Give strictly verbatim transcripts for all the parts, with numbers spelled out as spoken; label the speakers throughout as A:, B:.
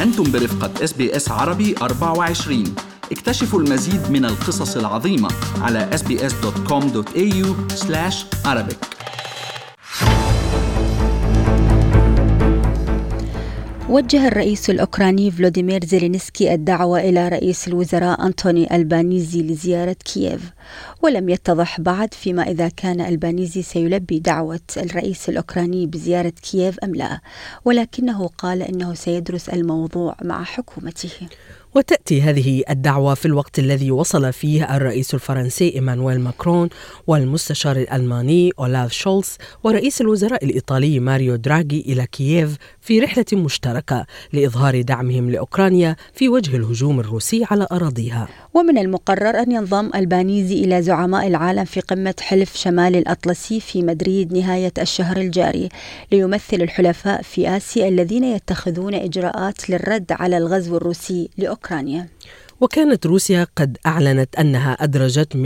A: أنتم برفقة إس بي إس عربي أربعة وعشرين. اكتشفوا المزيد من القصص العظيمة على إس بي إس دوت كوم دوت إيه يو سلاش عربيك.
B: وجه الرئيس الأوكراني فلوديمير زيلينسكي الدعوة إلى رئيس الوزراء أنتوني ألبانيزي لزيارة كييف، ولم يتضح بعد فيما إذا كان ألبانيزي سيلبي دعوة الرئيس الأوكراني بزيارة كييف أم لا، ولكنه قال إنه سيدرس الموضوع مع حكومته.
C: وتأتي هذه الدعوة في الوقت الذي وصل فيه الرئيس الفرنسي إيمانويل ماكرون والمستشار الألماني أولاف شولز ورئيس الوزراء الإيطالي ماريو دراغي إلى كييف في رحلة مشتركة لإظهار دعمهم لأوكرانيا في وجه الهجوم الروسي على أراضيها.
B: ومن المقرر أن ينضم ألبانيزي إلى زعماء العالم في قمة حلف شمال الأطلسي في مدريد نهاية الشهر الجاري، ليمثل الحلفاء في آسيا الذين يتخذون إجراءات للرد على الغزو الروسي لأوكرانيا.
C: وكانت روسيا قد أعلنت أنها أدرجت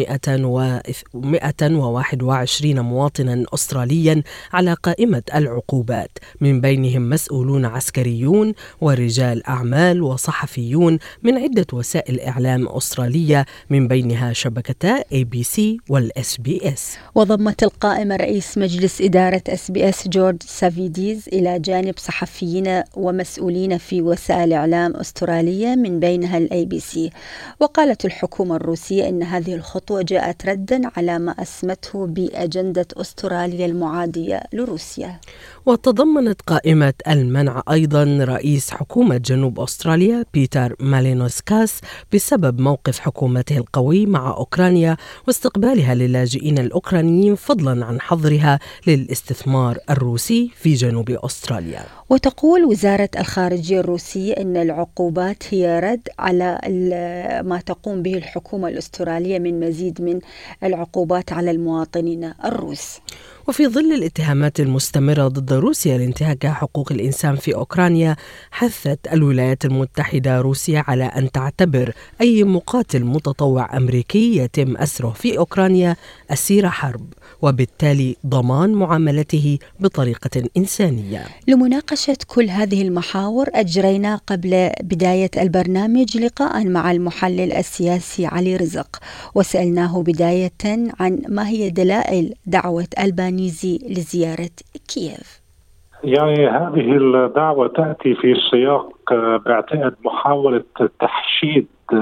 C: مئة وواحد وعشرين مواطنا أستراليا على قائمة العقوبات، من بينهم مسؤولون عسكريون ورجال أعمال وصحفيون من عدة وسائل إعلام أسترالية، من بينها شبكتا إيه بي سي والإس بي إس.
B: وضمت القائمة رئيس مجلس إدارة إس بي إس جورج سافيديز إلى جانب صحفيين ومسؤولين في وسائل إعلام أسترالية من بينها الإيه بي سي. وقالت الحكومة الروسية إن هذه الخطوة جاءت ردا على ما أسمته بأجندة أستراليا المعادية لروسيا.
C: وتضمنت قائمة المنع أيضا رئيس حكومة جنوب أستراليا بيتر مالينوسكاس بسبب موقف حكومته القوي مع أوكرانيا واستقبالها للاجئين الأوكرانيين، فضلا عن حظرها للاستثمار الروسي في جنوب أستراليا.
B: وتقول وزارة الخارجية الروسية أن العقوبات هي رد على ما تقوم به الحكومة الأسترالية من مزيد من العقوبات على المواطنين الروس.
C: وفي ظل الاتهامات المستمرة ضد روسيا لانتهاك حقوق الإنسان في أوكرانيا، حثت الولايات المتحدة روسيا على أن تعتبر أي مقاتل متطوع أمريكي يتم أسره في أوكرانيا أسير حرب، وبالتالي ضمان معاملته بطريقة إنسانية.
B: لمناقشة كل هذه المحاور أجرينا قبل بداية البرنامج لقاء مع المحلل السياسي علي رزق، وسألناه بداية عن ما هي دلائل دعوة ألبانيزي لزيارة كييف.
D: يعني هذه الدعوة تأتي في سياق بعتقد محاولة تحشيد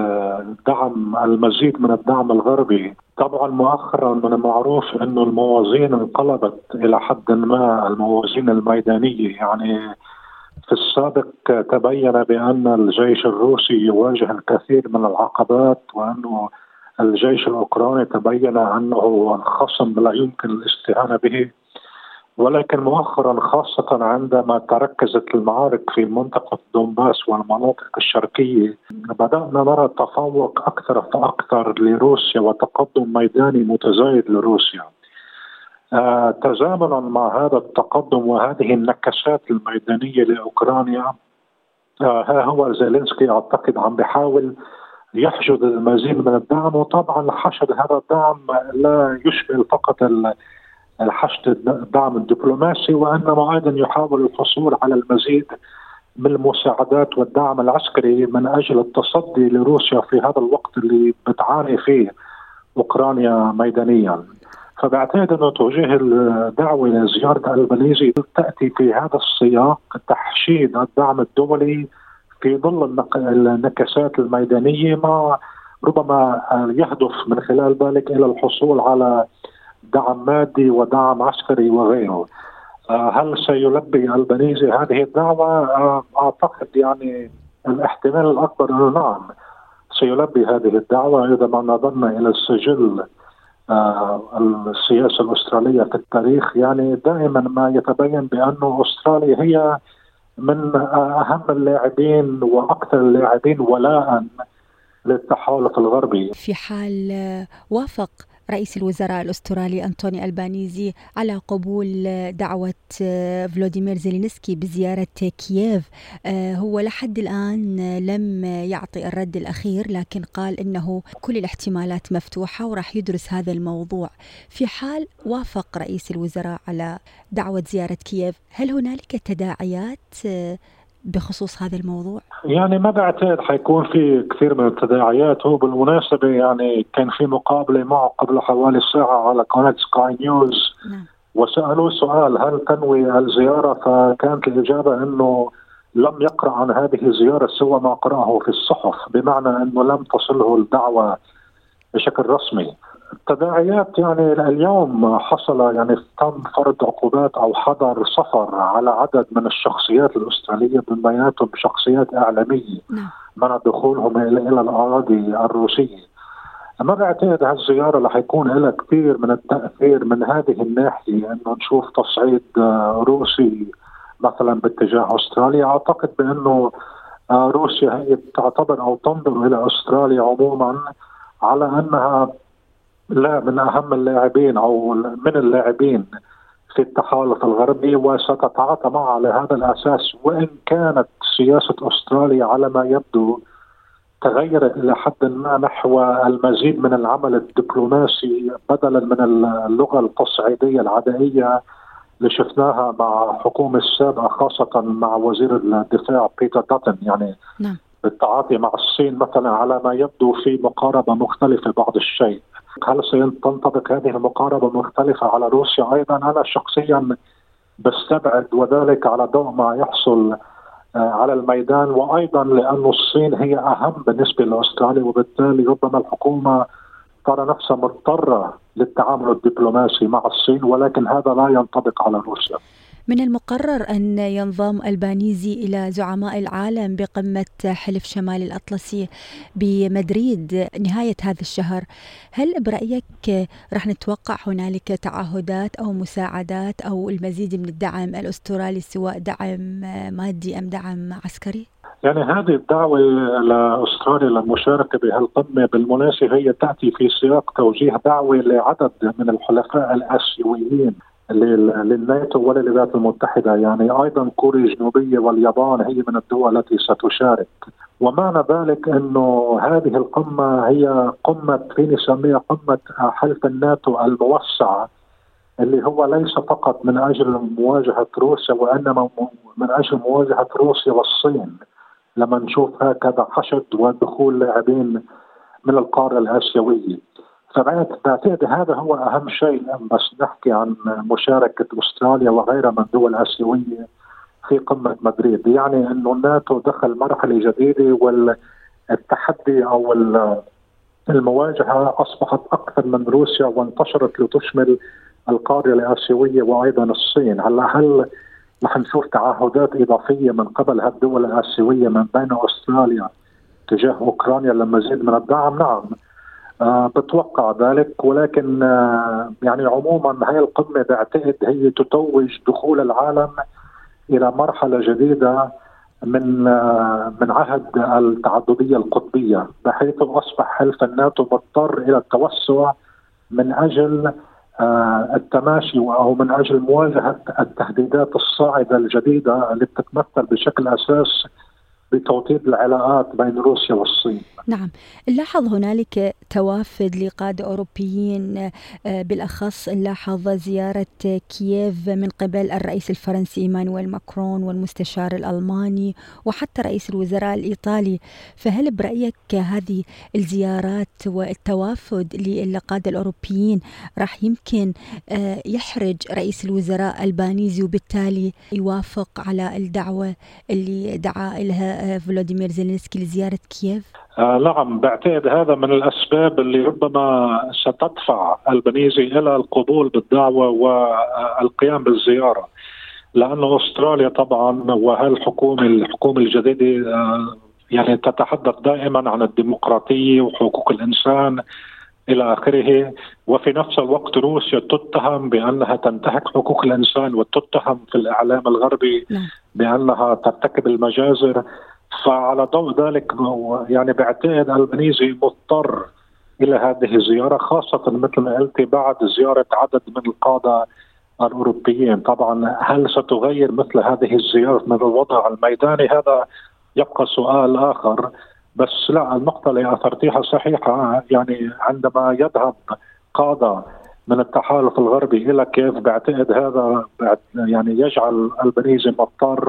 D: دعم المزيد من الدعم الغربي. طبعا مؤخرا من المعروف أنه الموازين انقلبت إلى حد ما، الموازين الميدانية. يعني في السابق تبين بأن الجيش الروسي يواجه الكثير من العقبات، وأنه الجيش الأوكراني تبين أنه خصم لا يمكن الاستهانة به. ولكن مؤخرا خاصة عندما تركزت المعارك في منطقة دونباس والمناطق الشرقية، بدأنا نرى تفوق أكثر فأكثر لروسيا وتقدم ميداني متزايد لروسيا. آه تزامنا مع هذا التقدم وهذه النكسات الميدانية لأوكرانيا، آه ها هو زيلينسكي أعتقد عم بيحاول يحشد المزيد من الدعم. وطبعا حشد هذا الدعم لا يشمل فقط الحشد الدعم الدبلوماسي، وإنما أيضا يحاول الحصول على المزيد من المساعدات والدعم العسكري من أجل التصدي لروسيا في هذا الوقت اللي بتعاني فيه أوكرانيا ميدانيا. فبعتقد أنه توجيه الدعوة لزيارة ألبانيزي تأتي في هذا السياق، تحشيد الدعم الدولي في ظل النكسات الميدانية، ما ربما يهدف من خلال ذلك إلى الحصول على دعم مادي ودعم عسكري وغيره. هل سيلبي ألبانيزي هذه الدعوة؟ أعتقد يعني الاحتمال الأكبر أنه نعم سيلبي هذه الدعوة إذا ما نظرنا إلى السجل السياسة الأسترالية في التاريخ. يعني دائما ما يتبين بأن أستراليا هي من أهم اللاعبين وأكثر اللاعبين ولاء للتحالف الغربي.
B: في حال وافق رئيس الوزراء الأسترالي أنتوني ألبانيزي على قبول دعوة فلوديمير زيلينسكي بزيارة كييف، هو لحد الآن لم يعطي الرد الأخير، لكن قال إنه كل الاحتمالات مفتوحة وراح يدرس هذا الموضوع. في حال وافق رئيس الوزراء على دعوة زيارة كييف، هل هنالك تداعيات بخصوص هذا الموضوع؟
D: يعني ما بعتقد حيكون في كثير من التداعيات. هو بالمناسبة يعني كان في مقابلة معه قبل حوالي ساعة على قناة سكاي نيوز. نعم. وسألوه سؤال هل تنوي الزيارة، فكانت الإجابة أنه لم يقرأ عن هذه الزيارة سوى ما قرأه في الصحف، بمعنى أنه لم تصله الدعوة بشكل رسمي. التداعيات يعني اليوم حصل يعني تم فرض عقوبات أو حظر سفر على عدد من الشخصيات الأسترالية من بيناتهم شخصيات إعلامية منع دخولهم إلى الأراضي الروسية. ما بعتقد هالزيارة رح يكون لها كثير من التأثير من هذه الناحية، أنه نشوف تصعيد روسي مثلا باتجاه أستراليا. أعتقد بأنه روسيا هي تعتبر أو تنظر إلى أستراليا عموما على أنها لا من أهم اللاعبين أو من اللاعبين في التحالف الغربي، وستتعاطى معه على هذا الأساس. وإن كانت سياسة أستراليا على ما يبدو تغيرت إلى حد ما نحو المزيد من العمل الدبلوماسي بدلا من اللغة التصعيدية العدائية اللي شفناها مع حكومة السابقة، خاصة مع وزير الدفاع بيتر داتن، يعني نعم. بالتعاطي مع الصين مثلا على ما يبدو في مقاربة مختلفة بعض الشيء. هل سينطبق هذه المقاربة المختلفة على روسيا أيضا؟ أنا شخصيا بستبعد، وذلك على ضوء ما يحصل على الميدان، وأيضا لأن الصين هي أهم بالنسبة لأستراليا، وبالتالي ربما الحكومة ترى نفسها مضطرة للتعامل الدبلوماسي مع الصين، ولكن هذا لا ينطبق على روسيا.
B: من المقرر أن ينضم البانيزي إلى زعماء العالم بقمة حلف شمال الأطلسي بمدريد نهاية هذا الشهر. هل برأيك رح نتوقع هنالك تعهدات أو مساعدات أو المزيد من الدعم الأسترالي، سواء دعم مادي أم دعم عسكري؟
D: يعني هذه الدعوة لأستراليا للمشاركة بهالقمة بالمناسبة هي تأتي في سياق توجيه دعوة لعدد من الحلفاء الآسيويين للناتو وللولايات المتحدة، يعني أيضا كوريا الجنوبية واليابان هي من الدول التي ستشارك. ومعنى ذلك أنه هذه القمة هي قمة فيني نسميها قمة حلف الناتو الموسع، اللي هو ليس فقط من أجل مواجهة روسيا وإنما من أجل مواجهة روسيا والصين. لما نشوف هكذا حشد ودخول لاعبين من القارة الآسيوية، فبعتقد هذا هو أهم شيء. بس نحكي عن مشاركة أستراليا وغيرها من دول آسيوية في قمة مدريد، يعني أنه الناتو دخل مرحلة جديدة، والتحدي أو المواجهة أصبحت أكثر من روسيا وانتشرت لتشمل القارة الآسيوية وأيضا الصين. هلا هل رح نشوف تعهدات إضافية من قبل هالدول الآسيوية من بين أستراليا تجاه أوكرانيا لمزيد من الدعم؟ نعم، آه بتوقع ذلك. ولكن آه يعني عموما هاي القمة بعتقد هي تتوج دخول العالم إلى مرحلة جديدة من آه من عهد التعددية القطبية، بحيث أصبح حلف الناتو مضطر إلى التوسع من أجل آه التماشي أو من أجل مواجهة التهديدات الصاعدة الجديدة اللي بتتمثل بشكل أساس بتوطيد العلاقات بين روسيا والصين.
B: نعم، نلاحظ هنالك توافد لقادة أوروبيين، بالأخص نلاحظ زيارة كييف من قبل الرئيس الفرنسي إيمانويل ماكرون والمستشار الألماني وحتى رئيس الوزراء الإيطالي. فهل برأيك هذه الزيارات والتوافد للقادة الأوروبيين راح يمكن يحرج رئيس الوزراء البانيزي وبالتالي يوافق على الدعوة اللي دعا لها فلوديمير زيلينسكي لزيارة كييف؟
D: آه نعم، بعتقد هذا من الأسباب اللي ربما ستدفع البنيزي إلى القبول بالدعوة والقيام بالزيارة، لأن أستراليا طبعا وهالحكومة الحكومة الجديدة آه يعني تتحدث دائما عن الديمقراطية وحقوق الإنسان إلى آخره، وفي نفس الوقت روسيا تتهم بأنها تنتهك حقوق الإنسان وتتهم في الإعلام الغربي بأنها ترتكب المجازر. فعلى ضوء ذلك يعني بعتقد البنيزي مضطر إلى هذه الزيارة، خاصة مثل ما قلت بعد زيارة عدد من القادة الأوروبيين. طبعا هل ستغير مثل هذه الزيارة من الوضع الميداني؟ هذا يبقى سؤال آخر. بس لا، النقطة اللي أثرتيها صحيحة، يعني عندما يذهب قادة من التحالف الغربي إلى كييف بعتقد هذا يعني يجعل البنيزي مضطر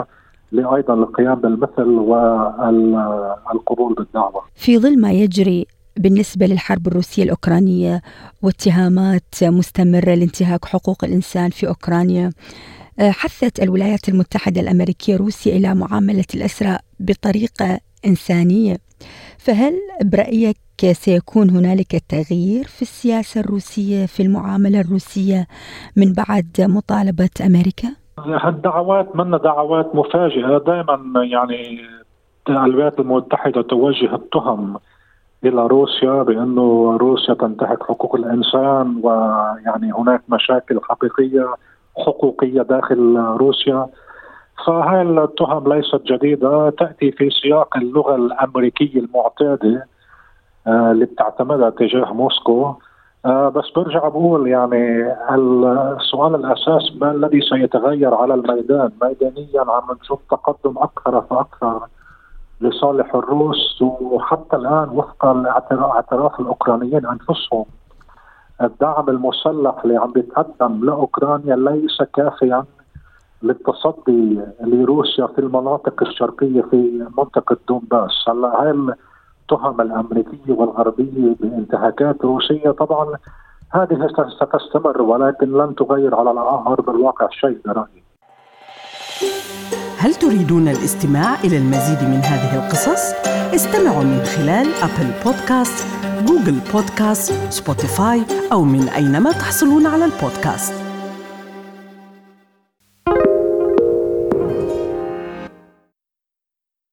D: لأيضا القيام بالمثل والقبول بالدعوة.
B: في ظل ما يجري بالنسبة للحرب الروسية الأوكرانية واتهامات مستمرة لانتهاك حقوق الإنسان في أوكرانيا، حثت الولايات المتحدة الأمريكية روسيا إلى معاملة الأسرى بطريقة إنسانية، فهل برأيك سيكون هنالك تغيير في السياسة الروسية في المعاملة الروسية من بعد مطالبة أمريكا؟
D: الدعوات من دعوات مفاجئة دائما، يعني الولايات المتحدة توجه التهم إلى روسيا بأنه روسيا تنتهك حقوق الإنسان، ويعني هناك مشاكل حقيقية حقوقية داخل روسيا. فهاي التهم ليست جديدة، تأتي في سياق اللغة الأمريكية المعتادة اللي بتعتمدها تجاه موسكو. بس برجع بقول يعني السؤال الأساس ما الذي سيتغير على الميدان. ميدانيا عم نشوف تقدم أكثر فأكثر لصالح الروس، وحتى الآن وفق اعتراف الأوكرانيين أنفسهم الدعم المسلح اللي عم بيتقدم لأوكرانيا ليس كافيا للتصدي لروسيا في المناطق الشرقية في منطقة دونباس. هلا هاي التهم الأمريكية والغربية بانتهاكات روسية طبعا هذه ستستمر، ولكن لن تغير على أرض الواقع شيء برأيي.
C: هل تريدون الاستماع إلى المزيد من هذه القصص؟ استمعوا من خلال أبل بودكاست، جوجل بودكاست، سبوتيفاي أو من أينما تحصلون على البودكاست.